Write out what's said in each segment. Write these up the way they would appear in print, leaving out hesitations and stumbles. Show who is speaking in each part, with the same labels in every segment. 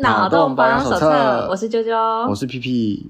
Speaker 1: 脑洞保养手册，我是啾啾，
Speaker 2: 我是屁屁。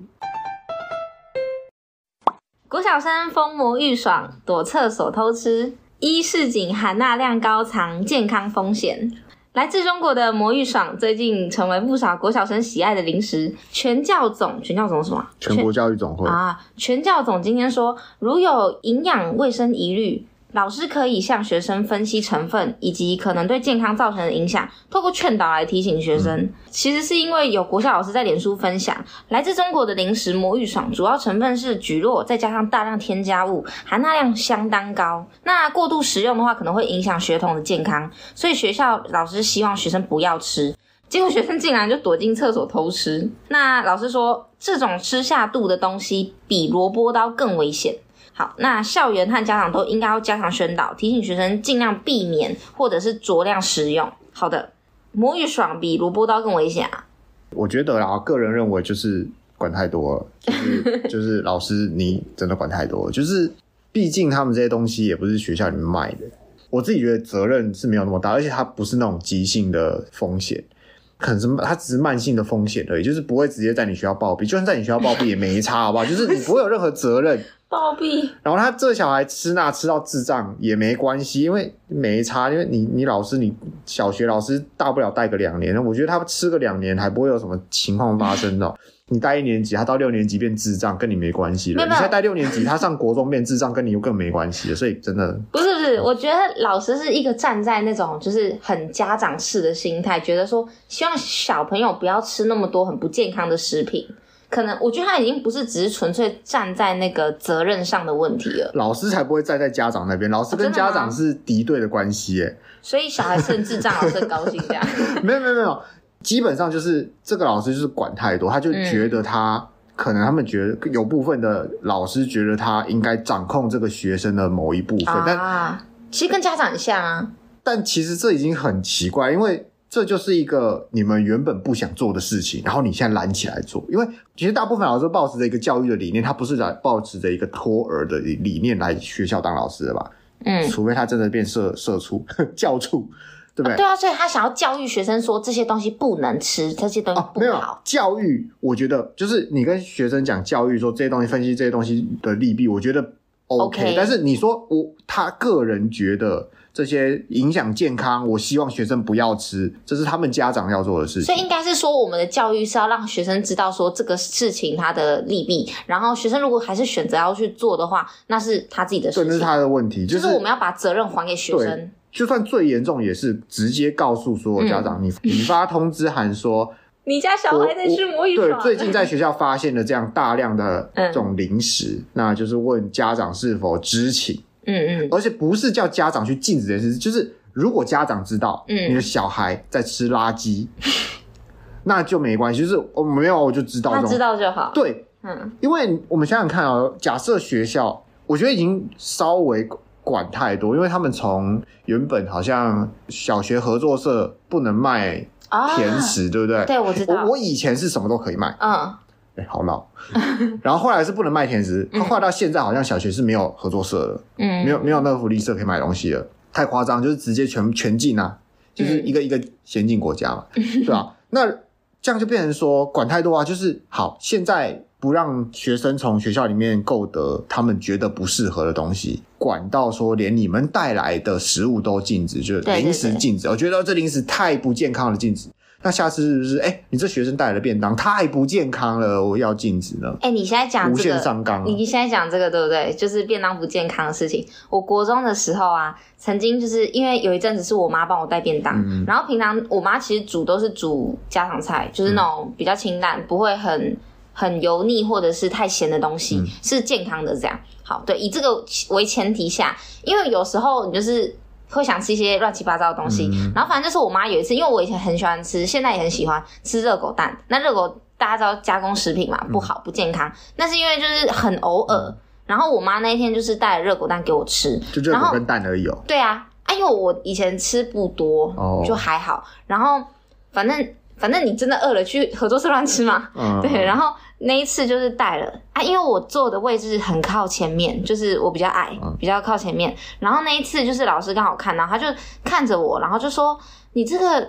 Speaker 1: 国小生疯魔欲爽，躲厕所偷吃，一市井含钠量高藏健康风险。来自中国的魔芋爽最近成为不少国小生喜爱的零食。全教总是什么？
Speaker 2: 全国教育总会
Speaker 1: 全教总今天说，如有营养卫生疑虑，老师可以向学生分析成分以及可能对健康造成的影响，透过劝导来提醒学生。其实是因为有国小老师在脸书分享，来自中国的零食魔芋爽主要成分是蒟蒻，再加上大量添加物，含钠量相当高。那过度食用的话，可能会影响学童的健康，所以学校老师希望学生不要吃。结果学生竟然就躲进厕所偷吃。那老师说，这种吃下肚的东西比萝卜刀更危险。好，那校园和家长都应该要加强宣导，提醒学生尽量避免或者是酌量食用。好的，魔芋爽比萝卜刀更危险啊？我
Speaker 2: 觉得啦，个人认为就是管太多了，就是老师你真的管太多了，就是毕竟他们这些东西也不是学校里面卖的，我自己觉得责任是没有那么大，而且它不是那种急性的风险。可能是它只是慢性的风险而已，就是不会直接在你学校暴毙，就算在你学校暴毙也没差，好不好？就是你不会有任何责任。
Speaker 1: 暴毙，
Speaker 2: 然后他这个小孩吃钠吃到智障也没关系，因为没差，因为你老师，你小学老师大不了带个2年，我觉得他吃个2年还不会有什么情况发生的。你带1年级，他到6年级变智障，跟你没关系了。你现在带6年级，他上国中变智障，跟你又更没关系了。所以真的
Speaker 1: 不是，我觉得老师是一个站在那种就是很家长式的心态，觉得说希望小朋友不要吃那么多很不健康的食品。可能我觉得他已经不是只是纯粹站在那个责任上的问题了。
Speaker 2: 老师才不会站在家长那边，老师跟家长是敌对的关系耶。
Speaker 1: 所以小孩是很智障，老师很高兴这样。
Speaker 2: 没有。基本上就是这个老师就是管太多，他就觉得可能他们觉得有部分的老师觉得他应该掌控这个学生的某一部分，但
Speaker 1: 其实跟家长很像啊。
Speaker 2: 但其实这已经很奇怪，因为这就是一个你们原本不想做的事情，然后你现在揽起来做。因为其实大部分老师抱持着一个教育的理念，他不是抱持着一个托儿的理念来学校当老师的吧？除非他真的变社畜教畜。对不对？
Speaker 1: 对啊，所以他想要教育学生说这些东西不能吃，这些东西不好。
Speaker 2: 没有教育，我觉得就是你跟学生讲教育，说这些东西分析这些东西的利弊，我觉得 OK。但是你说他个人觉得这些影响健康，我希望学生不要吃，这是他们家长要做的事情。
Speaker 1: 所以应该是说，我们的教育是要让学生知道说这个事情它的利弊，然后学生如果还是选择要去做的话，那是他自己的事情。
Speaker 2: 对，那是他的问题，
Speaker 1: 就是我们要把责任还给学生。
Speaker 2: 就算最严重也是直接告诉所有家长，你发通知函说
Speaker 1: 你家小孩在吃魔芋爽。
Speaker 2: 对，最近在学校发现了这样大量的这种零食，那就是问家长是否知情。而且不是叫家长去禁止这件事，就是如果家长知道你的小孩在吃垃圾，那就没关系，就是没有我就知道，
Speaker 1: 他知道就好。
Speaker 2: 对，因为我们想想看假设学校，我觉得已经稍微管太多，因为他们从原本好像小学合作社不能卖甜食，对不对？
Speaker 1: 对，我知道。
Speaker 2: 我以前是什么都可以卖，好闹。然后后来是不能卖甜食，后来到现在好像小学是没有合作社了，没有那个福利社可以买东西了，太夸张，就是直接全禁啊，就是一个先进国家嘛，对吧？那这样就变成说管太多啊，就是好，现在不让学生从学校里面购得他们觉得不适合的东西，管到说连你们带来的食物都禁止，就是零食禁止。我觉得这零食太不健康了，禁止。那下次是不是你这学生带来的便当太不健康了，我要禁止呢？
Speaker 1: 你现在讲这个
Speaker 2: 无限上纲，
Speaker 1: 你现在讲这个对不对？就是便当不健康的事情。我国中的时候啊，曾经就是因为有一阵子是我妈帮我带便当，然后平常我妈其实煮都是煮家常菜，就是那种比较清淡，不会很油腻或者是太咸的东西，是健康的这样。好，对，以这个为前提下，因为有时候你就是会想吃一些乱七八糟的东西，然后反正就是我妈有一次，因为我以前很喜欢吃，现在也很喜欢吃热狗蛋。那热狗大家知道加工食品嘛，不好不健康，那是因为就是很偶尔。然后我妈那一天就是带了热狗蛋给我吃，
Speaker 2: 就热狗跟蛋而已
Speaker 1: 对啊，因为我以前吃不多，就还好。然后反正你真的饿了去合作社乱吃嘛，对。然后那一次就是带了因为我坐的位置很靠前面，就是我比较矮，比较靠前面。然后那一次就是老师刚好看到，他就看着我，然后就说：“你这个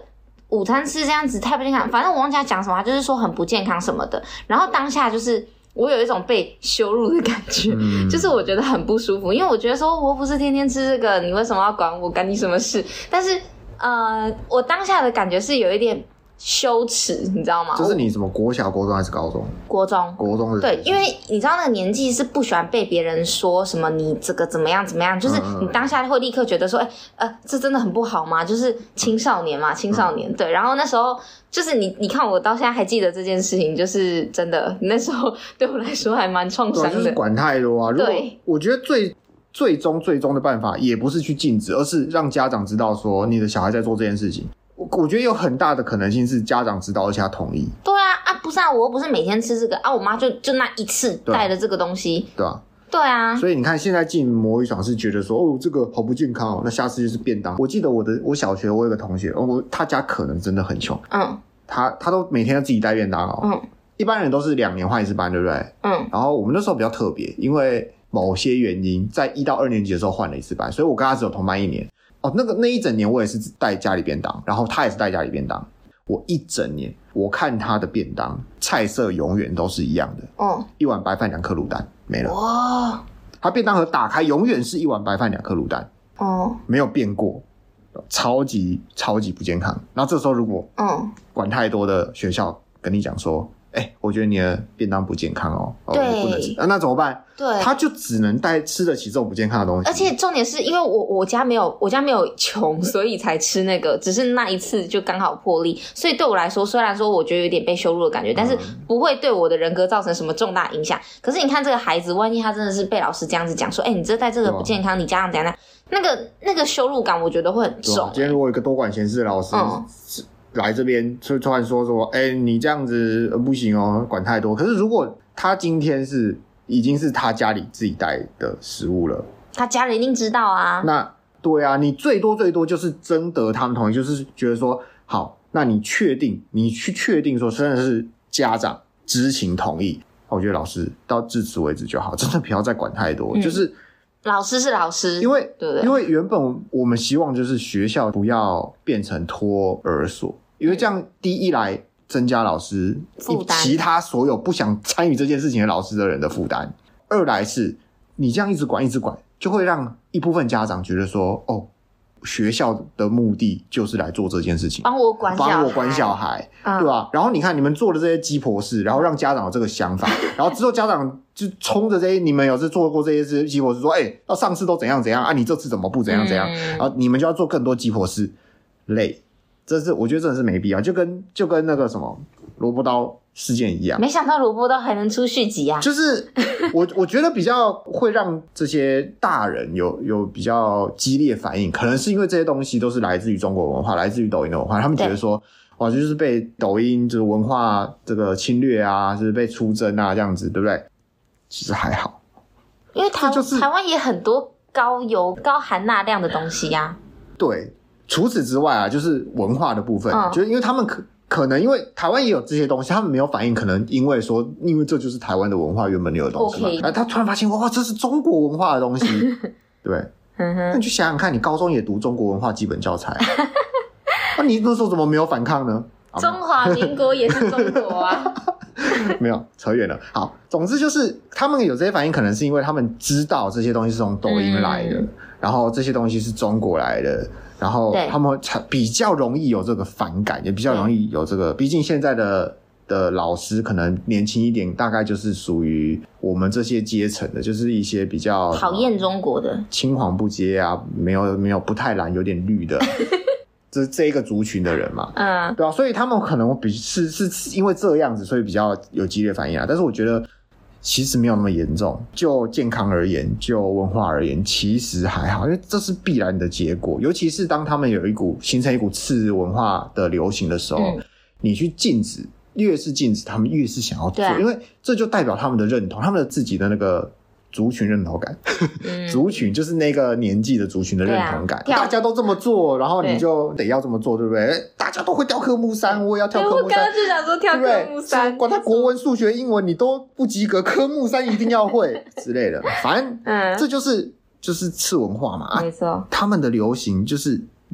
Speaker 1: 午餐吃这样子太不健康，反正我忘记他讲什么，就是说很不健康什么的。然后当下就是我有一种被羞辱的感觉，就是我觉得很不舒服，因为我觉得说我不是天天吃这个，你为什么要管我，干你什么事？但是我当下的感觉是有一点羞耻，你知道吗？
Speaker 2: 就是你什么国小、国中还是高中？
Speaker 1: 国中的。对，因为你知道那个年纪是不喜欢被别人说什么你这个怎么样怎么样，就是你当下会立刻觉得说，这真的很不好吗？就是青少年嘛，青少年。对，然后那时候就是你看我到现在还记得这件事情，就是真的那时候对我来说还蛮创伤的。
Speaker 2: 就是管太多啊。
Speaker 1: 对，
Speaker 2: 我觉得最终的办法也不是去禁止，而是让家长知道说你的小孩在做这件事情。我觉得有很大的可能性是家长知道而且他同意。
Speaker 1: 对啊，不是啊，我又不是每天吃这个啊，我妈就那一次带了这个东西。
Speaker 2: 对啊。
Speaker 1: 对啊，
Speaker 2: 所以你看，现在进魔芋爽是觉得说，这个好不健康哦，那下次就是便当。我记得我小学我有个同学，他家可能真的很穷，他都每天都自己带便当哦，一般人都是2年换一次班，对不对？然后我们那时候比较特别，因为某些原因，在1到2年级的时候换了一次班，所以我跟他只有同班1年。那一整年我也是带家里便当，然后他也是带家里便当。我一整年我看他的便当菜色永远都是一样的，一碗白饭2颗卤蛋没了。哇，他便当盒打开永远是一碗白饭2颗卤蛋，没有变过，超级超级不健康。然后这时候如果管太多的学校跟你讲说，我觉得你的便当不健康
Speaker 1: 对，
Speaker 2: 不能吃，那怎么办？
Speaker 1: 对，
Speaker 2: 他就只能吃得起这种不健康的东西。
Speaker 1: 而且重点是因为我家没有穷，所以才吃那个，只是那一次就刚好破例，所以对我来说，虽然说我觉得有点被羞辱的感觉，但是不会对我的人格造成什么重大影响。可是你看这个孩子，万一他真的是被老师这样子讲说，你这带这个不健康，你家长怎样，那个羞辱感，我觉得会很重。
Speaker 2: 今天如果有一个多管闲事的老师，来这边突然说你这样子不行哦，管太多。可是如果他今天已经是他家里自己带的食物了，
Speaker 1: 他家人一定知道啊。
Speaker 2: 那对啊，你最多就是征得他们同意，就是觉得说好，那你确定说真的是家长知情同意，我觉得老师到至此为止就好，真的不要再管太多。就是
Speaker 1: 老师是老师，
Speaker 2: 因为
Speaker 1: 对不对？
Speaker 2: 因为原本我们希望就是学校不要变成托儿所。因为这样，第一来增加老师其他所有不想参与这件事情的老师的人的负担；二来是你这样一直管，就会让一部分家长觉得说，学校的目的就是来做这件事情，
Speaker 1: 帮我管小孩，
Speaker 2: 对吧？然后你看你们做的这些鸡婆事，然后让家长有这个想法，然后之后家长就冲着这些，你们有做过这些鸡婆事，说，到上次都怎样啊，你这次怎么不怎样，然后你们就要做更多鸡婆事，累。我觉得真的是没必要，就跟那个什么萝卜刀事件一样。
Speaker 1: 没想到萝卜刀还能出续集啊！
Speaker 2: 就是我觉得比较会让这些大人有比较激烈反应，可能是因为这些东西都是来自于中国文化，来自于抖音的文化，他们觉得说就是被抖音就是文化这个侵略啊，就是被出征啊这样子，对不对？其实还好，
Speaker 1: 因为台湾也很多高油高含钠量的东西啊。
Speaker 2: 对。除此之外啊，就是文化的部分，就是因为他们可能因为台湾也有这些东西，他们没有反应，可能因为这就是台湾的文化原本有的东西嘛。他突然发现这是中国文化的东西，对不对？那你去想想看，你高中也读中国文化基本教材，那你那时候怎么没有反抗呢？
Speaker 1: 中华民国也是中国啊。
Speaker 2: 没有，扯远了。好，总之就是他们有这些反应，可能是因为他们知道这些东西是从抖音来的，然后这些东西是中国来的。然后他们比较容易有这个反感，也比较容易有这个，毕竟现在的老师可能年轻一点，大概就是属于我们这些阶层的，就是一些比较
Speaker 1: 讨厌中国的
Speaker 2: 青黄不接啊，没有不太蓝有点绿的这一个族群的人嘛，对啊，所以他们可能是因为这样子，所以比较有激烈反应啊。但是我觉得其实没有那么严重，就健康而言，就文化而言，其实还好，因为这是必然的结果。尤其是当他们形成一股次文化的流行的时候，你去禁止，越是禁止，他们越是想要做，因为这就代表他们的认同，他们的自己的那个族群认同感。族群就是那个年纪的族群的认同感，大家都这么做，然后你就得要这么做，对不对？大家都会跳科目3，我也要跳科目3。
Speaker 1: 我刚刚就想说跳科目3，
Speaker 2: 管他国文、数学、英文你都不及格，科目3一定要会之类的。反正这就是次文化嘛。
Speaker 1: 没错，
Speaker 2: 他们的流行就是你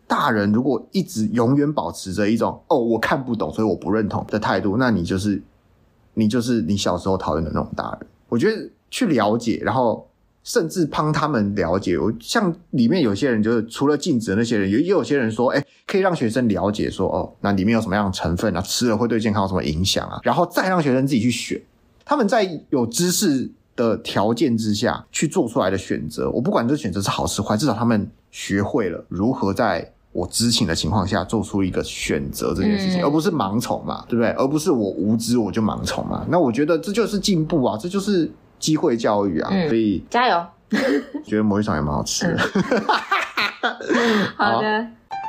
Speaker 2: 大人如果一直永远保持着一种我看不懂所以我不认同的态度，那你就是你小时候讨厌的那种大人。我觉得去了解，然后甚至帮他们了解，像里面有些人就是除了禁止的那些人，也有些人说可以让学生了解说那里面有什么样的成分啊，吃了会对健康有什么影响啊，然后再让学生自己去选，他们在有知识的条件之下去做出来的选择，我不管这选择是好是坏，至少他们学会了如何在我知情的情况下做出一个选择这件事情，而不是盲从嘛，对不对？而不是我无知我就盲从嘛。那我觉得这就是进步啊，这就是机会教育啊，所以
Speaker 1: 加油。
Speaker 2: 觉得魔芋爽也蛮好吃的。
Speaker 1: 好的。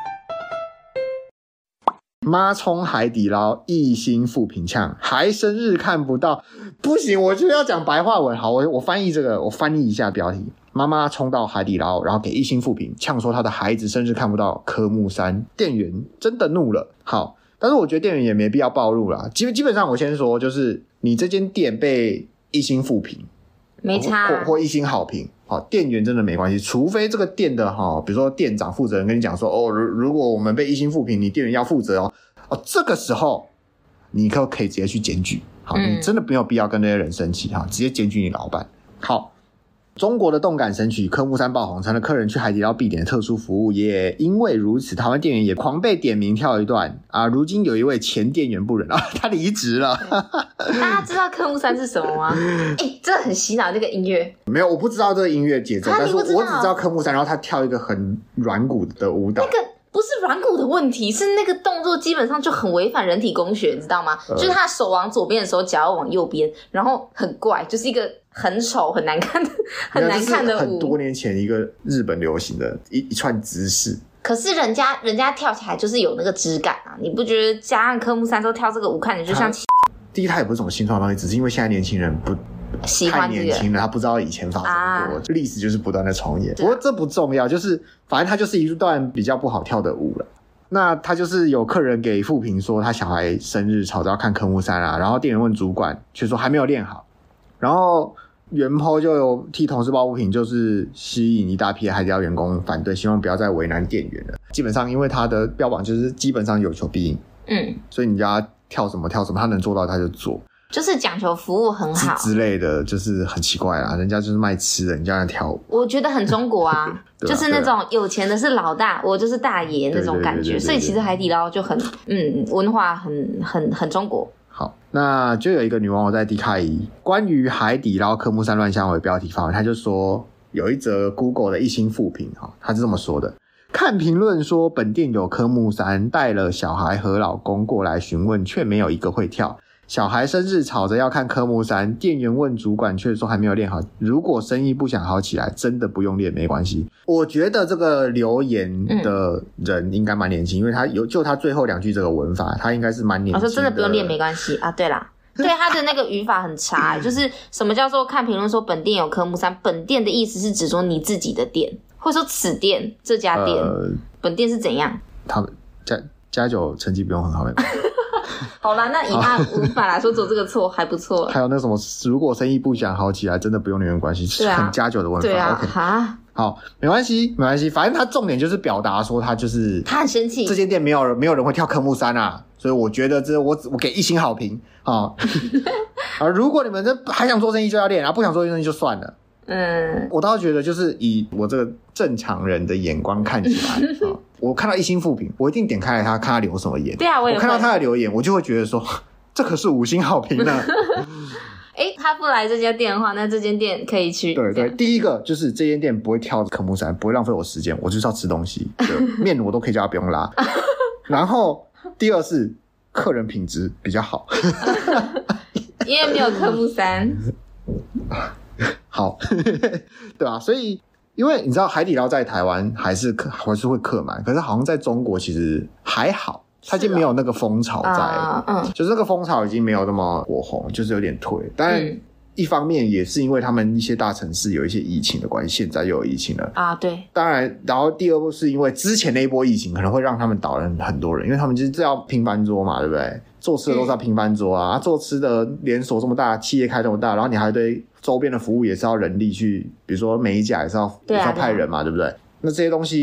Speaker 2: 妈冲海底捞一星负评呛，还生日看不到，不行，我就要讲白话文。好，我翻译这个，我翻译一下标题。妈妈冲到海底捞，然后给一星负评，呛说她的孩子生日看不到科目三，店员真的怒了。好，但是我觉得店员也没必要暴露啦。基本上我先说，就是你这间店被一星负评，
Speaker 1: 没差
Speaker 2: 或一星好评，店员真的没关系，除非这个店的比如说店长负责人跟你讲说如果我们被一星负评，你店员要负责这个时候你可以直接去检举。好，你真的没有必要跟那些人生气直接检举你老板。好，中国的动感神曲科目三爆红，成了客人去海底捞必点的特殊服务，也因为如此，台湾店员也狂被点名跳一段啊！如今有一位前店员不忍他离职了。
Speaker 1: 大家知道科目三是什么吗？真的很洗脑，这个音乐。
Speaker 2: 没有，我不知道这个音乐节奏，但是我只知道科目三，然后他跳一个很软骨的舞蹈。
Speaker 1: 那个不是软骨的问题，是那个动作基本上就很违反人体工学，你知道吗？就是他手往左边的时候，脚要往右边，然后很怪，就是一个很丑、很难看的、很难看的舞。
Speaker 2: 很多年前一个日本流行的一串姿势。
Speaker 1: 可是人家跳起来就是有那个质感啊！你不觉得加上科目三之后跳这个舞，看着就像……
Speaker 2: 第一，他也不是什么新创的东西，只是因为现在年轻人不
Speaker 1: 喜欢
Speaker 2: 太年轻了，他不知道以前发生过，历史就是不断的重演。不过这不重要，就是反正它就是一段比较不好跳的舞了。那他就是有客人给负评说他小孩生日吵着要看科目三啊，然后店员问主管却说还没有练好，然后原 po 就有替同事抱不平，就是吸引一大批海底捞员工反对，希望不要再为难店员了。基本上因为他的标榜就是基本上有求必应，所以你叫他跳什么跳什么，他能做到他就做，
Speaker 1: 就是讲求服务很好
Speaker 2: 之类的，就是很奇怪啦。人家就是卖吃的，人家在跳舞，
Speaker 1: 我觉得很中国啊。就是那种有钱的是老大，我就是大爷那种感觉。所以其实海底捞就很文化很中国。
Speaker 2: 好，那就有一个女网友在 Dcard 以关于海底捞科目三乱象为标题发文，他就说有一则 Google 的一星负评，他是这么说的：看评论说本店有科目三，带了小孩和老公过来询问，却没有一个会跳。小孩生日吵着要看科目三，店员问主管却说还没有练好。如果生意不想好起来，真的不用练没关系。我觉得这个留言的人应该蛮年轻，因为他就他最后两句这个文法，他应该是蛮年轻的。
Speaker 1: 我说真的不用练没关系啊，对啦。对，他的那个语法很差，就是什么叫做看评论说本店有科目三，本店的意思是指说你自己的店，或者说此店这家店，本店是怎样？
Speaker 2: 他们加酒成绩不用很好。
Speaker 1: 好啦，那以他无法来说，做这个错还不错。
Speaker 2: 还有那什么，如果生意不想好起来，真的不用你们关系，是很加酒的文法。
Speaker 1: 对啊，
Speaker 2: OK， 好，没关系，反正他重点就是表达说他很
Speaker 1: 生气，
Speaker 2: 这间店没有人会跳科目三啊，所以我觉得我给一星好评啊。如果你们还想做生意就要练，然后不想做生意就算了。我倒觉得就是以我这个正常人的眼光看起来我看到一星负评，我一定点开来看他留什么言。
Speaker 1: 对啊，我
Speaker 2: 看到他的留言，我就会觉得说这可是5星好评呢。
Speaker 1: 他不来这家店的话，那这间店可以去。
Speaker 2: 对，第一个就是这间店不会跳科目三，不会浪费我时间，我就是要吃东西，面我都可以叫他不用拉。然后第二是客人品质比较好，
Speaker 1: 因为没有科目三。
Speaker 2: 好，对吧？所以因为你知道海底捞在台湾还是会客满，可是好像在中国其实还好，它已经没有那个风潮在了，就是那个风潮已经没有那么火红，就是有点退。但一方面也是因为他们一些大城市有一些疫情的关系，现在又有疫情了啊。对，当然，然后第二步是因为之前那一波疫情可能会让他们倒了很多人，因为他们就是要拼翻桌嘛，对不对？做吃的都是要拼翻桌啊，做吃的连锁这么大，企业开这么大，然后你还对周边的服务也是要人力去，比如说每一家也是要派人嘛，对不对？那这些东西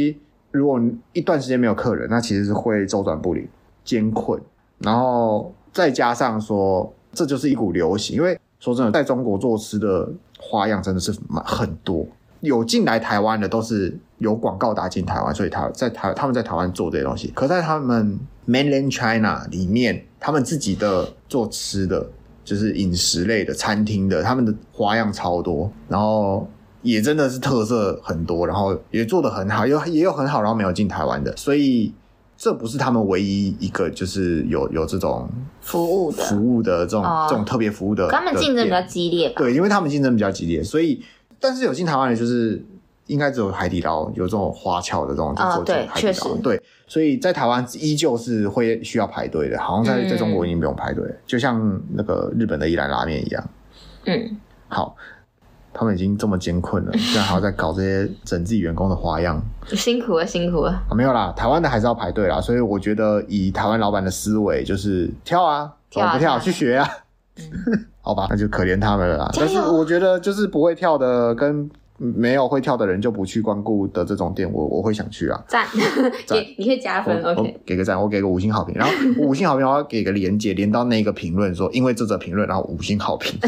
Speaker 2: 如果一段时间没有客人，那其实是会周转不灵、艰困，然后再加上说这就是一股流行，因为说真的，在中国做吃的花样真的是很多，有进来台湾的都是有广告打进台湾，所以他们在台湾做这些东西，可在他们 Mainland China 里面，他们自己的做吃的，就是饮食类的餐厅的，他们的花样超多，然后也真的是特色很多，然后也做得很好，也有很好然后没有进台湾的，所以这不是他们唯一一个就是有这种
Speaker 1: 服务
Speaker 2: 的这种特别服务的，
Speaker 1: 他们竞争比较激烈吧？
Speaker 2: 对，因为他们竞争比较激烈，所以但是有进台湾的就是应该只有海底捞有这种花俏的这种就做
Speaker 1: 对，
Speaker 2: 海底捞，对，所以在台湾依旧是会需要排队的，好像在中国已经不用排队，就像那个日本的一兰拉面一样。好。他们已经这么艰困了，现在还要再搞这些整自己员工的花样，
Speaker 1: 辛苦了。
Speaker 2: 没有啦，台湾的还是要排队啦，所以我觉得以台湾老板的思维就是跳啊，不跳去学啊，好吧，那就可怜他们了啦。但是我觉得就是不会跳的跟没有会跳的人就不去光顾的这种店，我会想去啊。
Speaker 1: 赞，你可以加分 ，OK，
Speaker 2: 给个赞，我给个5星好评，然后5星好评我要给个连结连到那个评论，说因为这则评论然后5星好评。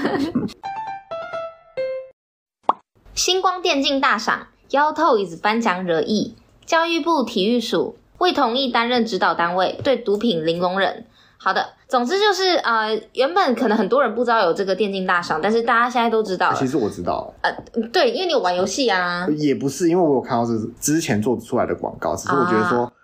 Speaker 1: 星光电竞大赏邀 Toys 颁奖惹议，教育部体育署未同意担任指导单位，对毒品零容忍。好的，总之就是原本可能很多人不知道有这个电竞大赏，但是大家现在都知道了。
Speaker 2: 其实我知道
Speaker 1: 对，因为你有玩游戏啊。
Speaker 2: 也不是，因为我有看到是之前做出来的广告，只是我觉得说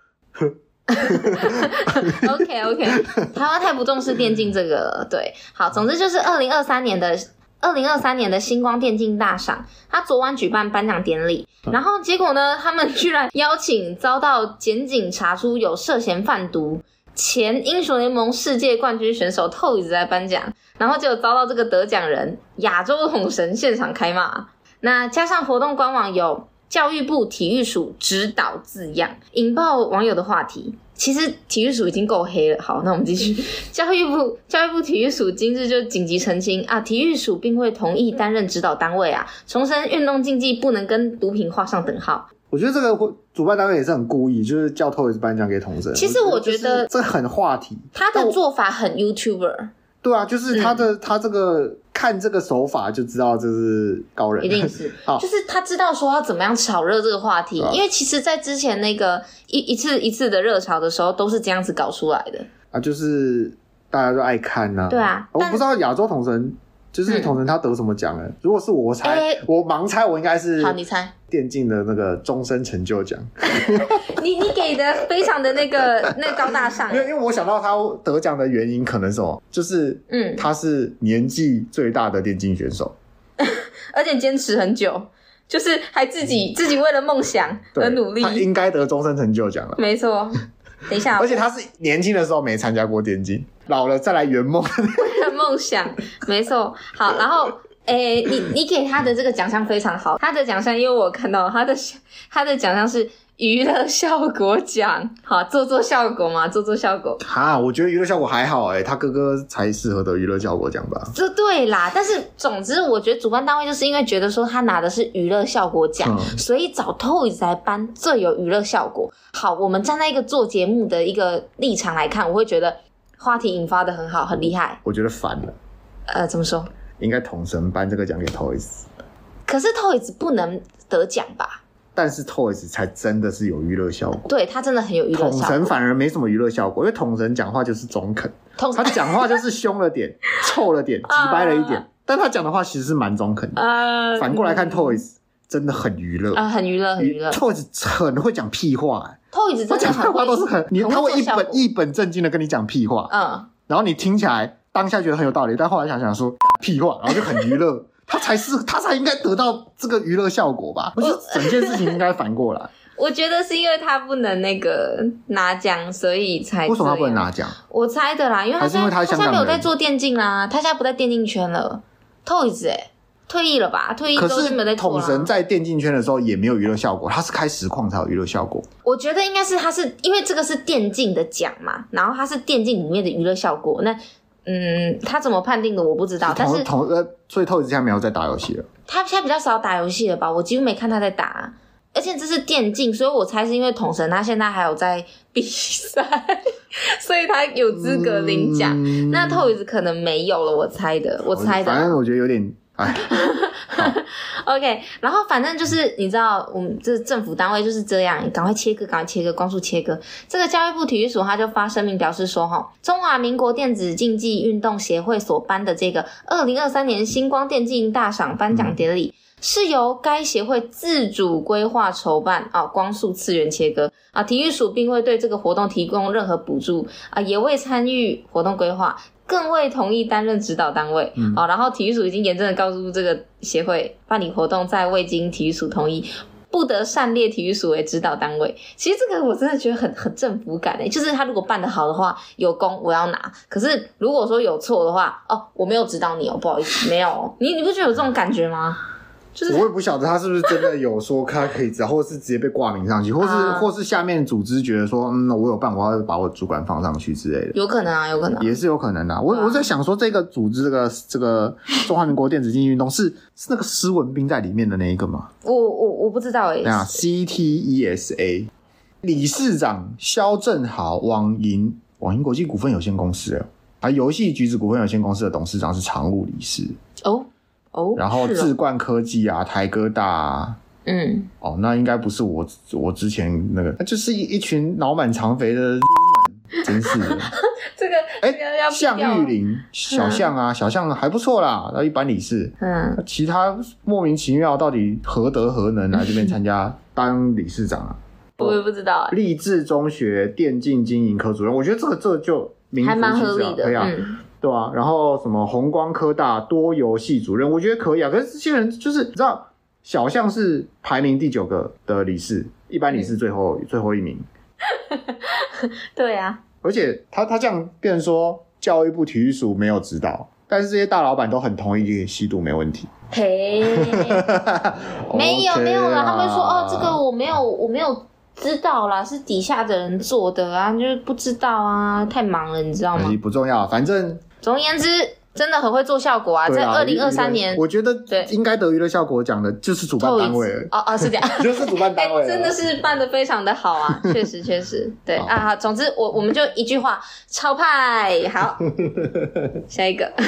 Speaker 1: OK， 台湾太不重视电竞这个了。对，好，总之就是2023年的星光电竞大赏，他昨晚举办颁奖典礼，然后结果呢，他们居然邀请遭到检警查出有涉嫌贩毒前英雄联盟世界冠军选手 Toys 来颁奖，然后就遭到这个得奖人亚洲统神现场开骂。那加上活动官网有教育部体育署指导字样，引爆网友的话题。其实体育署已经够黑了，好，那我们继续。教育部体育署今日就紧急澄清啊，体育署并未同意担任指导单位啊，重申运动竞技不能跟毒品画上等号。
Speaker 2: 我觉得这个主办单位也是很故意，就是叫 Toys 颁奖给统神。
Speaker 1: 其实我觉得
Speaker 2: 这很话题，
Speaker 1: 他的做法很 YouTuber。
Speaker 2: 对啊，就是他这个看这个手法就知道这是高人，
Speaker 1: 一定是，就是他知道说要怎么样炒热这个话题，因为其实在之前那个一次的热潮的时候都是这样子搞出来的
Speaker 2: 啊，就是大家都爱看啊。
Speaker 1: 对啊，
Speaker 2: 我不知道亚洲统神就是统神他得什么奖如果是我猜，我盲猜我应该是
Speaker 1: 好，你猜
Speaker 2: 电竞的那个终身成就奖。
Speaker 1: 你给的非常的那个高大上。
Speaker 2: 因为我想到他得奖的原因可能是什么，就是他是年纪最大的电竞选手，
Speaker 1: 而且坚持很久，就是还自己为了梦想而努力，
Speaker 2: 他应该得终身成就奖了。
Speaker 1: 没错。等一下，
Speaker 2: 而且他是年轻的时候没参加过电竞，老了再来圆梦，
Speaker 1: 为了梦想，没错。好，然后你给他的这个奖项非常好，他的奖项因为我看到他的奖项是娱乐效果奖，好，做效果嘛，做效果。
Speaker 2: 我觉得娱乐效果还好他哥哥才适合得娱乐效果奖吧。
Speaker 1: 这对啦，但是总之我觉得主办单位就是因为觉得说他拿的是娱乐效果奖，所以找 Toys 来颁最有娱乐效果。好，我们站在一个做节目的一个立场来看，我会觉得话题引发的很好，很厉害。
Speaker 2: 我觉得反了。
Speaker 1: 怎么说？
Speaker 2: 应该统神颁这个奖给 Toys。
Speaker 1: 可是 Toys 不能得奖吧？
Speaker 2: 但是 Toys 才真的是有娱乐效果，
Speaker 1: 对，他真的很有娱乐效果。
Speaker 2: 统神反而没什么娱乐效果，因为统神讲话就是中肯，他讲话就是凶了点、臭了点、急掰了一点，但他讲的话其实是蛮中肯的。反过来看 Toys 真的很娱乐
Speaker 1: 很娱乐。
Speaker 2: Toys 很会讲屁话
Speaker 1: Toys 真的
Speaker 2: 讲屁话都是他会一本正经的跟你讲屁话，然后你听起来当下觉得很有道理，但后来想说屁话，然后就很娱乐。他才应该得到这个娱乐效果吧？我觉得整件事情应该反过来。
Speaker 1: 我觉得是因为他不能拿奖，所以才
Speaker 2: 为什么他不能拿奖？
Speaker 1: 我猜的啦，因为他现在没有在做电竞啦，他现在不在电竞圈了。Toys 退役了吧？退役之后就没有在做了。
Speaker 2: 可是统神在电竞圈的时候也没有娱乐效果，他是开实况才有娱乐效果。
Speaker 1: 我觉得应该是他是因为这个是电竞的奖嘛，然后他是电竞里面的娱乐效果，那他怎么判定的我不知道，但是
Speaker 2: 所以Toys现在没有在打游戏了。
Speaker 1: 他现在比较少打游戏了吧？我几乎没看他在打。 而且这是电竞，所以我猜是因为统神他现在还有在比赛，所以他有资格领奖。那 Toys 可能没有了，我猜的。
Speaker 2: 反正我觉得有点
Speaker 1: OK， 然后反正就是你知道，我们这政府单位就是这样，赶快切割，光速切割。这个教育部体育署他就发声明表示说，中华民国电子竞技运动协会所颁的这个2023年星光电竞大赏颁奖典礼，是由该协会自主规划筹办光速次元切割体育署并未对这个活动提供任何补助也未参与活动规划，更未同意担任指导单位然后体育署已经严正的告诉这个协会，办理活动在未经体育署同意，不得擅列体育署为指导单位。其实这个我真的觉得很政府感就是他如果办得好的话，有功我要拿，可是如果说有错的话我没有指导你不好意思，没有你不觉得有这种感觉吗？就是
Speaker 2: 我也不晓得他是不是真的有说他可以指导，或者是直接被挂名上去，或是下面组织觉得说我有办，我要把我主管放上去之类的，
Speaker 1: 有可能
Speaker 2: 也是有可能的我在想说这个组织这个中华民国电子竞技运动是那个施文彬在里面的那一个吗？
Speaker 1: 我不知道
Speaker 2: CTESA 理事长肖正豪，网银国际股份有限公司游戏橘子股份有限公司的董事长是常务理事然后智冠科技台哥大那应该不是我之前那个，就是一群脑满肠肥的真是的
Speaker 1: 这个要
Speaker 2: 向玉林小象还不错啦，一般理事其他莫名其妙到底何德何能来这边参加当理事长
Speaker 1: 我也不知道
Speaker 2: 立志中学电竞经营科主任，我觉得这个就
Speaker 1: 还蛮合理的
Speaker 2: 对啊，然后什么弘光科大多游系主任，我觉得可以可是这些人就是你知道，小象是排名第9个的理事，一般理事最后一名
Speaker 1: 对
Speaker 2: 而且他这样变成说教育部体育署没有指导，但是这些大老板都很同意吸毒没问题
Speaker 1: 没有啦他们说这个我没有知道啦，是底下的人做的就是不知道太忙了，你知道吗？
Speaker 2: 不重要，反正
Speaker 1: 总而言之，真的很会做效果在2023年，
Speaker 2: 我觉得应该得娱乐效果奖的就是主办单位
Speaker 1: 是这样，
Speaker 2: 就是主办单位
Speaker 1: 真的是办得非常的好确实对好，总之我们就一句话，超派好，下一个。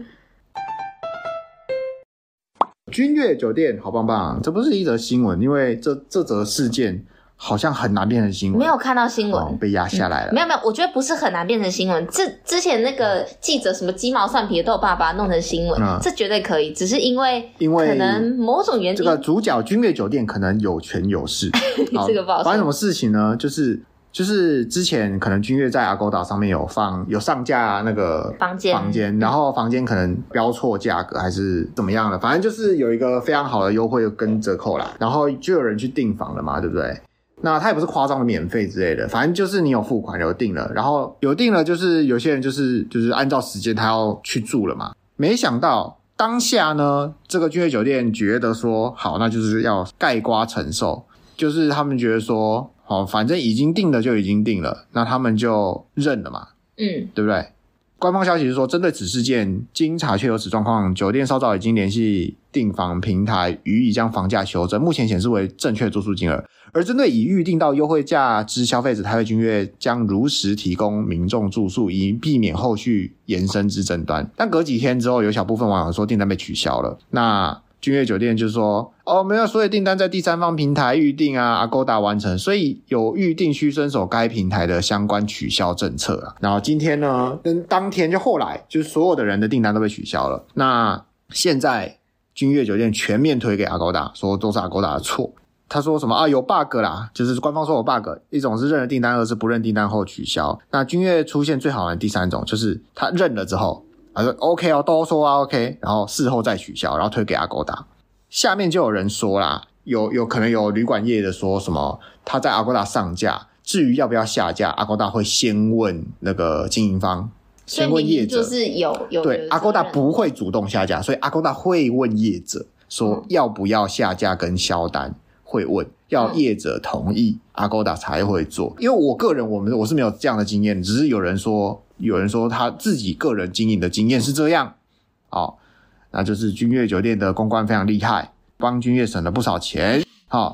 Speaker 2: 君悦酒店好棒棒，这不是一则新闻，因为这则事件好像很难变成新闻，
Speaker 1: 没有看到新闻
Speaker 2: 被压下来了。
Speaker 1: 没有，我觉得不是很难变成新闻。之前那个记者什么鸡毛蒜皮的都有办法把它弄成新闻，这绝对可以。只是因为可能某种原因，
Speaker 2: 这个主角君悦酒店可能有权有势。
Speaker 1: 这个不好说。
Speaker 2: 发生什么事情呢？就是之前可能君悦在 Agoda 上面有上架那个房间，然后房间可能标错价格还是怎么样的，反正就是有一个非常好的优惠跟折扣啦，然后就有人去订房了嘛，对不对？那它也不是夸张的免费之类的，反正就是你有付款有订了，然后有订了就是有些人就是按照时间他要去住了嘛。没想到当下呢，这个君悦酒店觉得说好，那就是要概括承受，就是他们觉得说反正已经订了就已经订了，那他们就认了嘛，对不对？官方消息是说，针对此事件，经查确有此状况，酒店稍早已经联系订房平台，予以将房价修正，目前显示为正确住宿金额。而针对已预订到优惠价之消费者，台北君悦将如实提供民众住宿，以避免后续延伸之争端。但隔几天之后，有小部分网友说订单被取消了。那君悦酒店就说没有，所有订单在第三方平台预订Agoda 完成，所以有预订需遵守该平台的相关取消政策然后今天呢，当天就后来就是所有的人的订单都被取消了。那现在君悦酒店全面推给 Agoda， 说都是 Agoda 的错。他说什么有 bug 啦，就是官方说有 bug， 一种是认了订单，二是不认订单后取消。那君悦出现最好玩的第三种，就是他认了之后他说 OK 都说OK， 然后事后再取消，然后推给 Agoda。 下面就有人说啦，有可能有旅馆业的说什么他在 Agoda 上架，至于要不要下架 Agoda 会先问那个经营方，先问业者，
Speaker 1: 就是有
Speaker 2: 对 Agoda 不会主动下架，所以 Agoda 会问业者说要不要下架跟销单，会问要业者同意Agoda 才会做。因为我个人我是没有这样的经验，只是有人说他自己个人经营的经验是这样那就是君悦酒店的公关非常厉害，帮君悦省了不少钱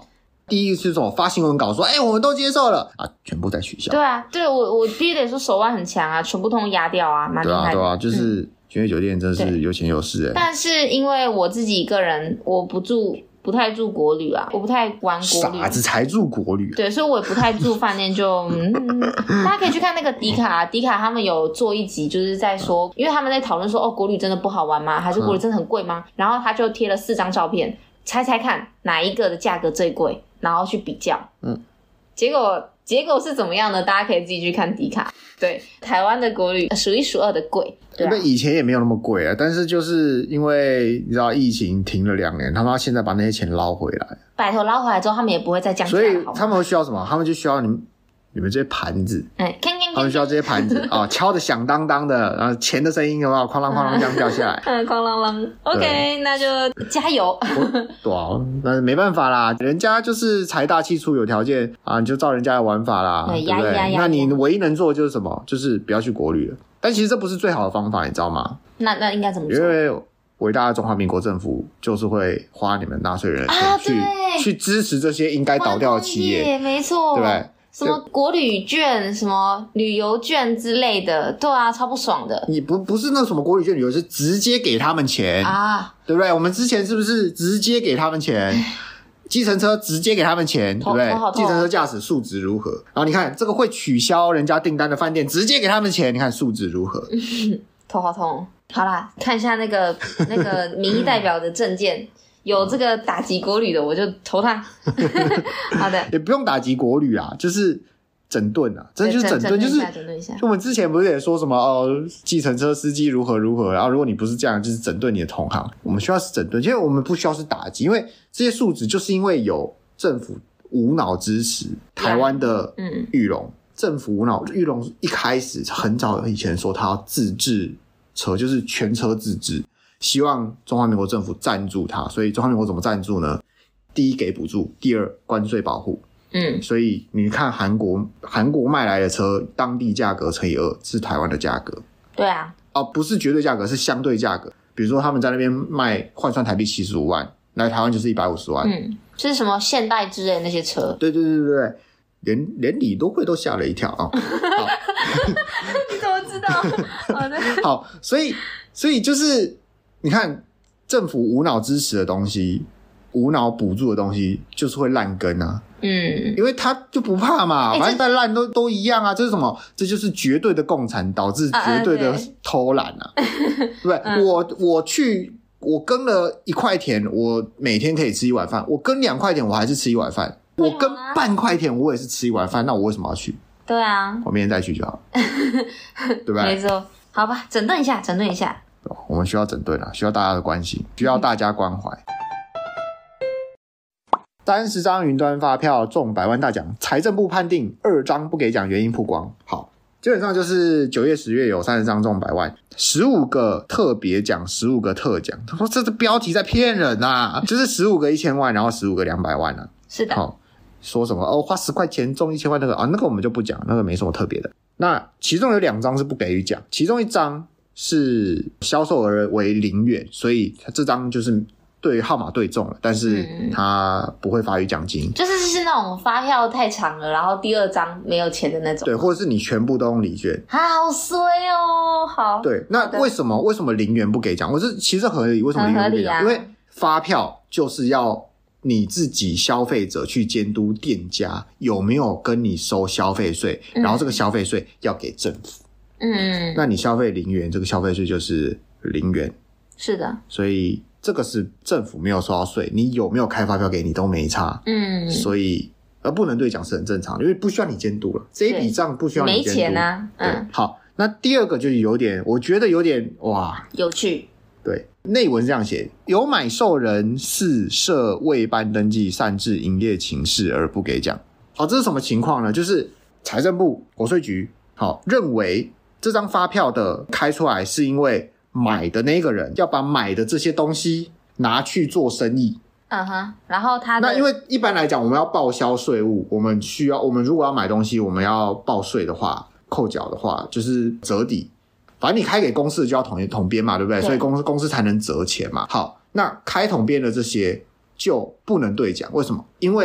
Speaker 2: 第一次发新闻稿说我们都接受了啊，全部再取消。
Speaker 1: 对啊，对，我必须得说手腕很强啊，全部通压掉啊，蛮厉害的。
Speaker 2: 对啊，就是君悦酒店真是有钱有势
Speaker 1: 但是因为我自己个人，我不太住国旅啊，我不太玩国旅。
Speaker 2: 傻子才住国旅。
Speaker 1: 对，所以我也不太住饭店就大家可以去看那个迪卡他们有做一集就是在说，因为他们在讨论说国旅真的不好玩吗？还是国旅真的很贵吗？然后他就贴了4张照片，猜猜看哪一个的价格最贵，然后去比较。结果是怎么样呢？大家可以自己去看迪卡。对，台湾的国旅数一数二的贵。
Speaker 2: 因为以前也没有那么贵啊，但是就是因为你知道疫情停了2年，他们要现在把那些钱捞回来。
Speaker 1: 拜托捞回来之后，他们也不会再降价了。
Speaker 2: 所以他们会需要什么？他们就需要你们这些盘子，他们需要这些盘子啊，敲得响当当的，然后钱的声音有没有？哐啷哐啷这样掉下来。
Speaker 1: 哐啷啷。OK， 那就加油。
Speaker 2: 对啊，但是没办法啦，人家就是财大气粗，有条件啊，你就照人家的玩法啦，对不对？那你唯一能做的就是什么？就是不要去国旅了。但其实这不是最好的方法，你知道吗？
Speaker 1: 那应该怎么做？
Speaker 2: 因为伟大的中华民国政府就是会花你们纳税人的钱去支持这些应该倒掉的企业，
Speaker 1: 没错，
Speaker 2: 对不对？
Speaker 1: 什么国旅券、什么旅游券之类的，对啊，超不爽的。
Speaker 2: 你不是那什么国旅券旅游，是直接给他们钱啊，对不对？我们之前是不是直接给他们钱？计程车直接给他们钱，对不对？计程车驾驶素质如何？然后你看这个会取消人家订单的饭店，直接给他们钱，你看素质如何？
Speaker 1: 头好痛。好啦，看一下那个民意代表的政见。有这个打击国旅的，我就投他。好的，
Speaker 2: 也不用打击国旅啊，就是整顿啊，真的就是整顿，就是
Speaker 1: 整顿一下。
Speaker 2: 就我们之前不是也说什么计程车司机如何如何，然后如果你不是这样，就是整顿你的同行。我们需要是整顿，因为我们不需要是打击，因为这些素质就是因为有政府无脑支持台湾的裕隆，政府无脑，裕隆一开始很早以前说他要自制车，就是全车自制。希望中华民国政府赞助他，所以中华民国怎么赞助呢？第一给补助，第二关税保护。所以你看韩国卖来的车，当地价格乘以2是台湾的价格。
Speaker 1: 对啊，
Speaker 2: 不是绝对价格，是相对价格。比如说他们在那边卖换算台币75万，来台湾就是150万。
Speaker 1: 就是什么现代之类的那些车。
Speaker 2: 对，连李多惠都吓了一跳啊！好，
Speaker 1: 你怎么知道？好的，
Speaker 2: 好，所以就是。你看政府无脑支持的东西，无脑补助的东西就是会烂根啊。因为他就不怕嘛，反正再烂都一样啊。这是什么？这就是绝对的共产导致绝对的偷懒啊。对不对？我耕了1块田，我每天可以吃1碗饭。我耕2块田，我还是吃1碗饭。我耕半块田，我也是吃1碗饭。那我为什么要去？
Speaker 1: 对啊，
Speaker 2: 我明天再去就好，对吧？
Speaker 1: 没错，好吧，整顿一下。
Speaker 2: 我们需要整顿啊，需要大家的关心，需要大家关怀。30张云端发票中100万大奖，财政部判定2张不给奖，原因曝光。好，基本上就是9月、10月有30张中100万，15个特别奖，15个特奖。他说这是标题在骗人啊，就是15个1000万，然后15个200万啊。
Speaker 1: 是的。
Speaker 2: 好，说什么花10块钱中1000万那个那个我们就不讲，那个没什么特别的。那其中有2张是不给予奖，其中1张是销售额为0元，所以这张就是对号码对中了，但是他不会发予奖金，
Speaker 1: 就是那种发票太长了，然后第2张没有钱的那种，
Speaker 2: 对，或者是你全部都用礼券，
Speaker 1: 好衰哦。好，
Speaker 2: 对，那为什么0元不给奖？我是其实合理，为什么0元不给奖？因为发票就是要你自己消费者去监督店家有没有跟你收消费税，然后这个消费税要给政府。那你消费0元，这个消费税就是0元。是的，所以这个是政府没有收到税，你有没有开发票给你都没差。所以不能兑奖是很正常的，因为不需要你监督了，这一笔账不需要你监督。没钱啊。对，好，那第2个就是我觉得有点哇有趣。对，内文这样写：有买受人是设未办登记擅自营业情事而不给奖。好，这是什么情况呢？就是财政部国税局认为这张发票的开出来是因为买的那个人要把买的这些东西拿去做生意。然后那因为一般来讲我们要报销税务，我们如果要买东西，我们要报税的话，扣缴的话就是折抵，反正你开给公司就要统编嘛，对不对？所以公司才能折钱嘛。好，那开统编的这些就不能兑奖，为什么？因为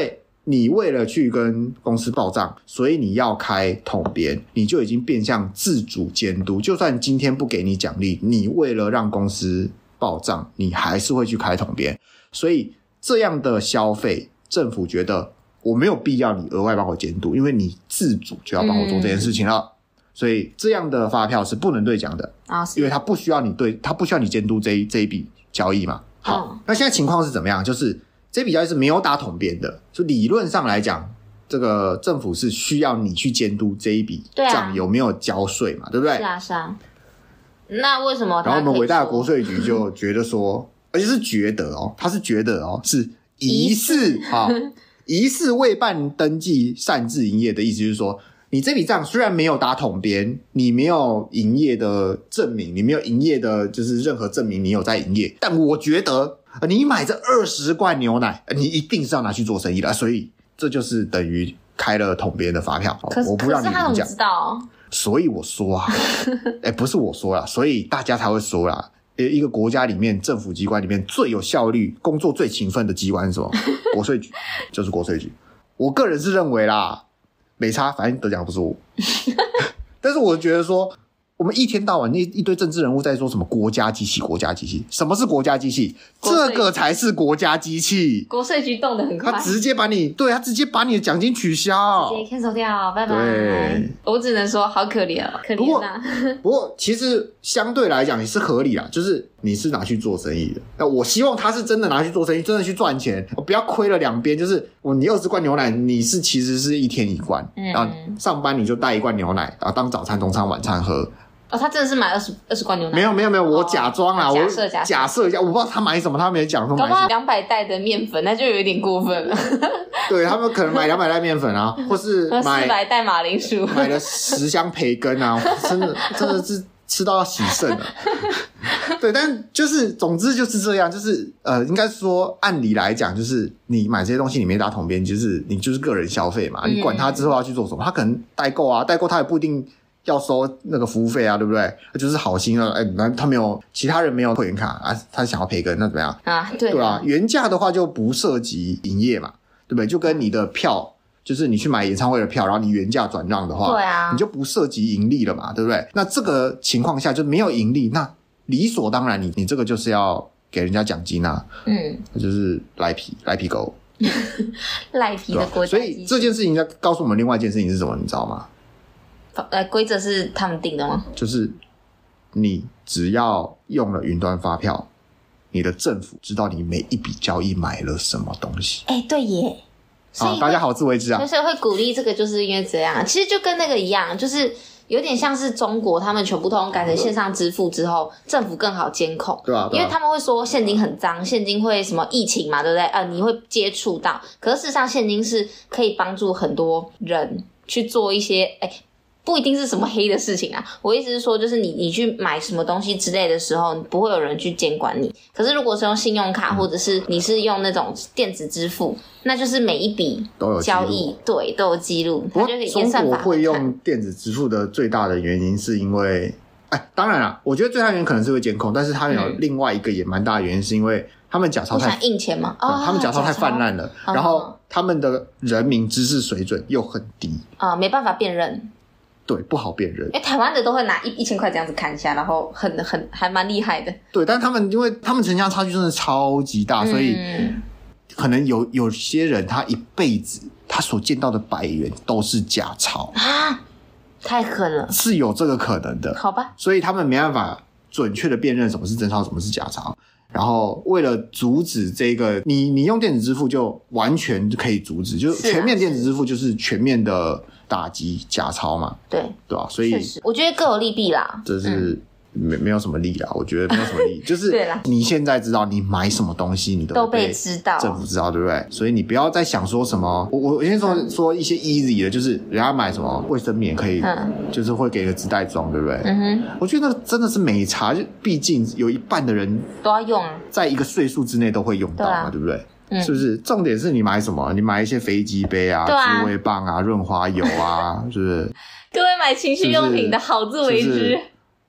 Speaker 2: 你为了去跟公司报账，所以你要开统编，你就已经变相自主监督。就算今天不给你奖励，你为了让公司报账，你还是会去开统编。所以这样的消费，政府觉得我没有必要你额外帮我监督，因为你自主就要帮我做这件事情了。所以这样的发票是不能兑奖的因为他不需要你监督这一笔交易嘛。好，那现在情况是怎么样？就是这笔交易是没有打统编的，就理论上来讲，这个政府是需要你去监督这一笔账有没有交税嘛，对不对？
Speaker 1: 是啊，是啊。那为什么？
Speaker 2: 然后我们伟大的国税局就觉得说，而且是觉得他是觉得是疑似疑似未办登记擅自营业的意思，就是说，你这笔账虽然没有打统编，你没有营业的证明，你没有营业的就是任何证明你有在营业，但我觉得你买这20罐牛奶，你一定是要拿去做生意的，所以这就是等于开了统编的发票。我不让你
Speaker 1: 可是他怎么知道？
Speaker 2: 所以我说不是我说啦，所以大家才会说啦。一个国家里面政府机关里面最有效率、工作最勤奋的机关是什么？国税局，就是国税局。我个人是认为啦，没差，反正得奖不是我。但是我觉得说，我们一天到晚一堆政治人物在说什么国家机器，国家机器，什么是国家机器？这个才是国家机器。
Speaker 1: 国税局动得很快，
Speaker 2: 他直接把你的奖金取消，
Speaker 1: 直接 cancel 掉，拜拜。
Speaker 2: 对，
Speaker 1: 我只能说好可怜哦，可怜啊。
Speaker 2: 不过其实相对来讲也是合理啦，就是你是拿去做生意的，那我希望他是真的拿去做生意，真的去赚钱，不要亏了两边。就是你20罐牛奶，你其实是1天1罐，然后上班你就带1罐牛奶，然后当早餐、中餐、晚餐喝。
Speaker 1: 他真的是买20罐牛奶？
Speaker 2: 没有，我假装啦，我假设一下，我不知道他买什么，他没讲说买什么。
Speaker 1: 搞不好200袋的面粉，那就有点过分了。
Speaker 2: 对，他们可能买200袋面粉啊，或是买
Speaker 1: 400袋马铃薯，
Speaker 2: 买了10箱培根啊，真的是吃到要洗肾了。对，但就是总之就是这样，就是应该说按理来讲，就是你买这些东西你没打统编，就是你就是个人消费嘛，你管他之后要去做什么，他可能代购啊，代购他也不一定要收那个服务费啊，对不对？就是好心啊，他没有其他人没有会员卡啊，他想要培根，那怎么样
Speaker 1: 啊？对
Speaker 2: 啊，原价的话就不涉及营业嘛，对不对？就跟你的票，就是你去买演唱会的票，然后你原价转让的话，
Speaker 1: 对啊，
Speaker 2: 你就不涉及盈利了嘛，对不对？那这个情况下就没有盈利，那理所当然你这个就是要给人家奖金啊，就是赖皮狗，
Speaker 1: 赖皮的国家。
Speaker 2: 所以这件事情要告诉我们另外一件事情是什么，你知道吗？
Speaker 1: 规则是他们定的吗？
Speaker 2: 就是你只要用了云端发票，你的政府知道你每一笔交易买了什么东西。
Speaker 1: 对耶，所以
Speaker 2: 大家好自为之啊。
Speaker 1: 所以会鼓励这个，就是因为这样。其实就跟那个一样，就是有点像是中国他们全部都改成线上支付之后，政府更好监控。
Speaker 2: 对啊，
Speaker 1: 因为他们会说现金很脏，现金会什么疫情嘛，对不对？你会接触到，可是事实上现金是可以帮助很多人去做一些不一定是什么黑的事情啊，我意思是说，就是你去买什么东西之类的时候，不会有人去监管你。可是如果是用信用卡，或者是你是用那种电子支付，那就是每一笔交易都有记录，它就可以验算法。
Speaker 2: 中国会用电子支付的最大的原因是因为，当然啦，我觉得最大的原因可能是会监控，但是它有另外一个也蛮大的原因，是因为他们假钞太
Speaker 1: 想印钱吗？
Speaker 2: 他们假钞太泛滥了，然后他们的人民知识水准又很低
Speaker 1: 没办法辨认。
Speaker 2: 对，不好辨认。
Speaker 1: 因为台湾的都会拿1000块这样子看一下，然后还蛮厉害的。
Speaker 2: 对，但因为他们城乡差距真的超级大，所以可能有些人他一辈子他所见到的100元都是假钞
Speaker 1: 啊，太狠了，
Speaker 2: 是有这个可能的。
Speaker 1: 好吧，
Speaker 2: 所以他们没办法准确的辨认什么是真钞，什么是假钞。然后为了阻止这个，你用电子支付就完全可以阻止，就全面电子支付就是全面的打击假钞嘛，
Speaker 1: 对
Speaker 2: 吧？所以
Speaker 1: 我觉得各有利弊啦，
Speaker 2: 这是没有什么利啦，我觉得没有什么利，就是你现在知道你买什么东西，你都被
Speaker 1: 知道，
Speaker 2: 政府知道，对不对？所以你不要再想说什么，我先说一些 easy 的，就是人家买什么卫生棉可以，就是会给个纸袋装，对不对？我觉得那真的是没差，就毕竟有一半的人
Speaker 1: 都要用，在
Speaker 2: 一个岁数之内都会用到嘛，对不对？是不是？重点是你买什么？你买一些飞机杯啊、滋味棒啊、润滑油啊，是不是？
Speaker 1: 各位买情趣用品的好自为之。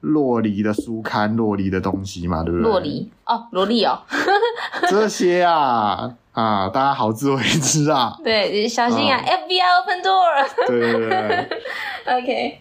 Speaker 2: 洛梨的书刊、洛梨的东西嘛，对不对？
Speaker 1: 洛梨哦，萝莉哦，
Speaker 2: 这些啊，大家好自为之啊。
Speaker 1: 对，小心啊、FBI open door。
Speaker 2: 对对对。
Speaker 1: OK。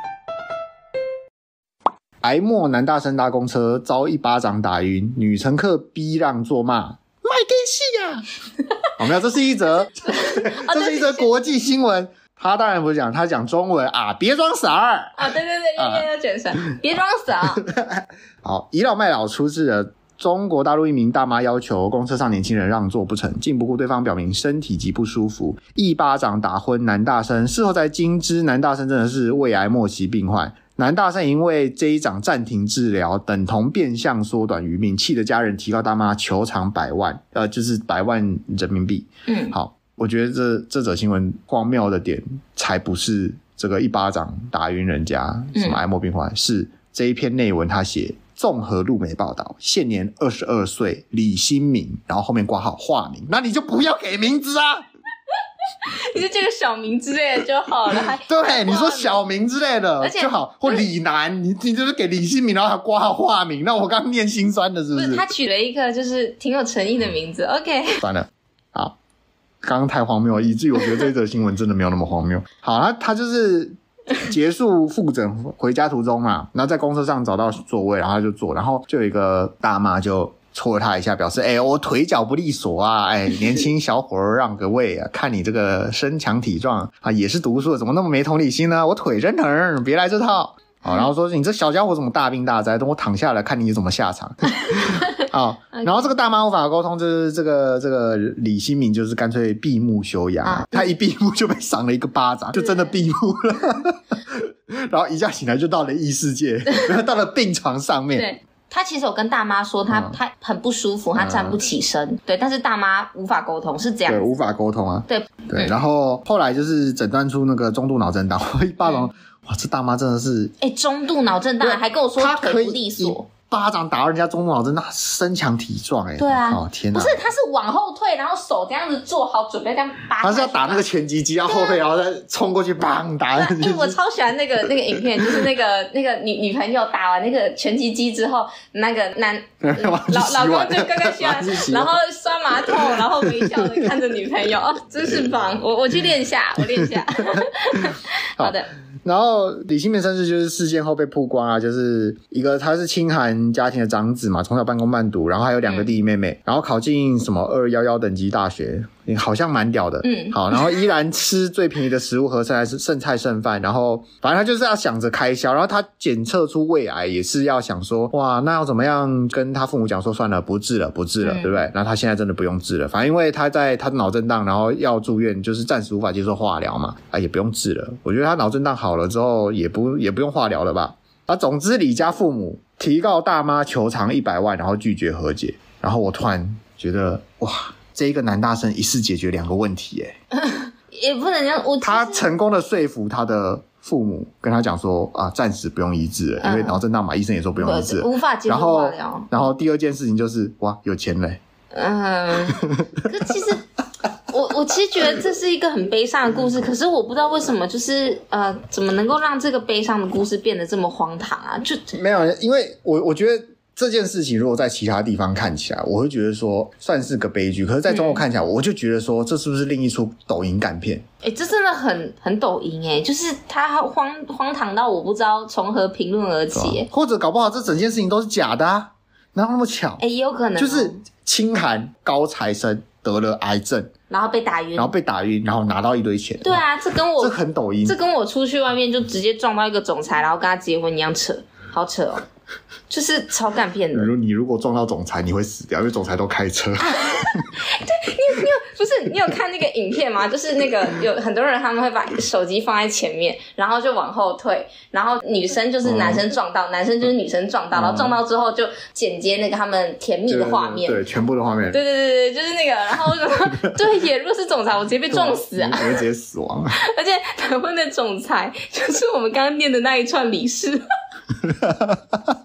Speaker 2: 癌末男大生搭公车遭一巴掌打晕，女乘客逼让作骂，卖给戏啊！没有，这是一则，这是一则国际新闻。他当然不是讲，他讲中文啊，别装傻儿
Speaker 1: 啊！对对对，要卷舌，别装傻。
Speaker 2: 好，倚老卖老出事了。中国大陆一名大妈要求公车上年轻人让座不成，竟不顾对方表明身体极不舒服，一巴掌打昏男大生。事后才惊知男大生真的是胃癌末期病患。男大生因为这一掌暂停治疗，等同变相缩短余命，气得家人提告大妈求偿100万，就是100万人民币。好，我觉得这则新闻荒谬的点才不是这个一巴掌打晕人家什么癌末病患，是这一篇内文他写综合路媒报道，现年22岁李新民，然后后面挂号化名，那你就不要给名字啊。
Speaker 1: 你就这个小名之类的就好了。
Speaker 2: 对，你说小名之类的就好，或李楠，你就是给李新民，然后还挂号化名，那我刚念心酸的是不是？
Speaker 1: 不是，他取了一个就是挺有诚意的名字。OK，
Speaker 2: 算了，好，刚刚太荒谬了，以至于我觉得这则新闻真的没有那么荒谬。好，他就是结束复诊回家途中嘛，然后在公车上找到座位，然后他就坐，然后就有一个大妈就戳了他一下，表示我腿脚不利索啊，年轻小伙儿让个位啊，看你这个身强体壮啊，也是读书的，怎么那么没同理心呢？我腿真疼，别来这套。好，然后说你这小家伙怎么大病大灾，等我躺下来看你怎么下场。好，然后这个大妈无法沟通，就是这个李新民就是干脆闭目休养，他一闭目就被赏了一个巴掌，就真的闭目了。然后一觉醒来就到了异世界，然后到了病床上面。
Speaker 1: 对，他其实有跟大妈说他很不舒服，他站不起身。对，但是大妈无法沟通，是这样子。
Speaker 2: 对，无法沟通啊。
Speaker 1: 对，
Speaker 2: 然后后来就是诊断出那个中度脑震荡，一巴掌，哇，这大妈真的是
Speaker 1: 中度脑震荡，还跟我说腿不利索。
Speaker 2: 巴掌打到人家中度脑震荡，身强体壮
Speaker 1: 对啊，
Speaker 2: 天哪！
Speaker 1: 不是，他是往后退，然后手这样子做好准备这样扒。
Speaker 2: 他是要打那个拳击机，要后退，然后再冲过去，砰打下去。
Speaker 1: 我超喜欢那个影片，就是那个女朋友打完那个拳击机之后，那个老公就刚刚洗完，然后刷马桶，然后微笑的看着女朋友，真是棒！我去练一下，好的。
Speaker 2: 然后李新民身世就是事件后被曝光啊，就是一个他是清寒家庭的长子嘛，从小半工半读，然后还有2个弟弟妹妹，然后考进什么211等级大学，好像蛮屌的。好，然后依然吃最便宜的食物和剩菜剩饭，然后反正他就是要想着开销，然后他检测出胃癌也是要想说，哇，那要怎么样跟他父母讲说算了，不治了，对不对？然后他现在真的不用治了，反正因为他的脑震荡，然后要住院，就是暂时无法接受化疗嘛，也不用治了。我觉得他脑震荡好了之后也不用化疗了吧。总之李家父母提告大妈求偿100万，然后拒绝和解。然后我突然觉得，哇，这一个男大生一次解决2个问题
Speaker 1: 也不能这样。
Speaker 2: 他成功的说服他的父母，跟他讲说暂时不用医治了，因为脑震荡嘛，医生也说不用医治了，
Speaker 1: 无法接受化疗。
Speaker 2: 然后第二件事情就是哇，有钱嘞。
Speaker 1: 可其实我其实觉得这是一个很悲伤的故事，可是我不知道为什么就是怎么能够让这个悲伤的故事变得这么荒唐啊？就
Speaker 2: 没有，因为我觉得这件事情如果在其他地方看起来，我会觉得说算是个悲剧，可是在中国看起来，我就觉得说这是不是另一出抖音干片？
Speaker 1: 这真的很抖音就是它荒唐到我不知道从何评论而起
Speaker 2: 或者搞不好这整件事情都是假的啊，哪有那么巧？
Speaker 1: 也有可能
Speaker 2: 就是清寒高材生得了癌症，
Speaker 1: 然后被打晕，
Speaker 2: 然后拿到一堆钱。
Speaker 1: 对啊，这
Speaker 2: 很抖音，
Speaker 1: 这跟我出去外面就直接撞到一个总裁，然后跟他结婚一样扯，好扯哦。就是超干片的。
Speaker 2: 你如果撞到总裁，你会死掉，因为总裁都开车。
Speaker 1: 对，你有看那个影片吗？就是那个有很多人他们会把手机放在前面，然后就往后退，然后女生就是男生撞到，男生就是女生撞到，然后撞到之后就剪接那个他们甜蜜的画面，
Speaker 2: 对，全部的画面，
Speaker 1: 对，就是那个，然后对耶，如果是总裁，我直接被撞死啊，
Speaker 2: 我会直接死亡。
Speaker 1: 而且台湾的总裁就是我们刚刚念的那一串理事。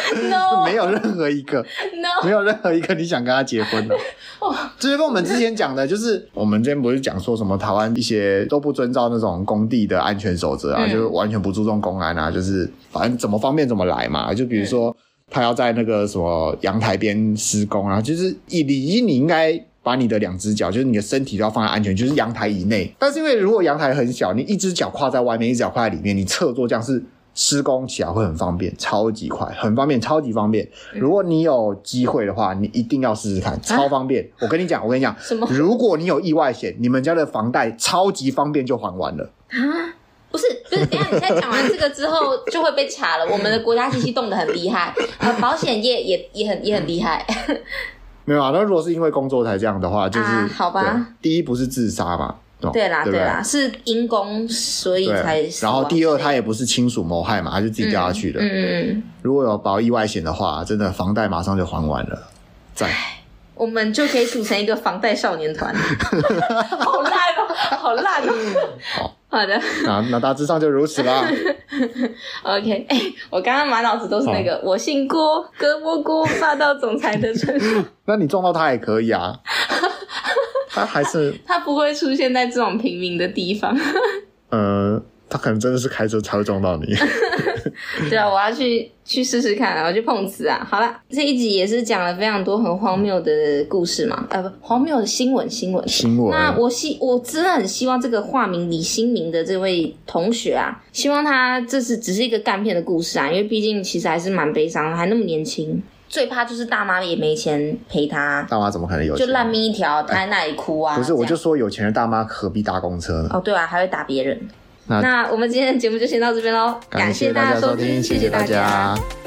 Speaker 1: No，
Speaker 2: 没有任何一个
Speaker 1: No，
Speaker 2: 没有任何一个你想跟他结婚的。这就跟我们之前讲的，就是我们之前不是讲说什么台湾一些都不遵照那种工地的安全守则啊，就是完全不注重公安啊，就是反正怎么方便怎么来嘛。就比如说他要在那个什么阳台边施工啊，就是理应你应该把你的2只脚，就是你的身体都要放在安全，就是阳台以内。但是因为如果阳台很小，你一只脚跨在外面，一只脚跨在里面，你侧坐这样是施工起来会很方便，超级快，很方便，超级方便。如果你有机会的话，你一定要试试看，超方便。我跟你讲，
Speaker 1: 什么？
Speaker 2: 如果你有意外险，你们家的房贷超级方便就还完了。
Speaker 1: 不是，等一下你现在讲完这个之后就会被查了。我们的国家机器动得很厉害，保险业也很厉害。
Speaker 2: 没有啊，那如果是因为工作才这样的话，就是
Speaker 1: 好吧。
Speaker 2: 第一不是自杀嘛。
Speaker 1: 对啦，是因公所以才死亡。
Speaker 2: 然后第二，他也不是亲属谋害嘛，他是自己掉下去的。如果有保意外险的话，真的房贷马上就还完了。赞。
Speaker 1: 我们就可以组成一个房贷少年团。好烂哦，好烂哦。好的，
Speaker 2: 那大致上就如此啦。
Speaker 1: OK， 我刚刚满脑子都是那个我姓郭，哥波郭，霸道总裁的称呼。
Speaker 2: 那你撞到他也可以啊。他还是
Speaker 1: 他不会出现在这种平民的地方。
Speaker 2: 他可能真的是开车才会撞到你。
Speaker 1: 对啊，我要去试试看，我要去碰瓷啊。好啦，这一集也是讲了非常多很荒谬的故事嘛，荒谬的新闻。那我真的很希望这个化名李新明的这位同学啊，希望他这是只是一个干片的故事啊，因为毕竟其实还是蛮悲伤的，还那么年轻。最怕就是大妈也没钱陪他，
Speaker 2: 大妈怎么可能有钱？
Speaker 1: 就烂命一条，他在那里哭啊。
Speaker 2: 不是，我就说有钱的大妈何必搭公车呢？
Speaker 1: 哦，对啊，还会打别人。那我们今天的节目就先到这边咯，感谢大家收听，谢谢大家。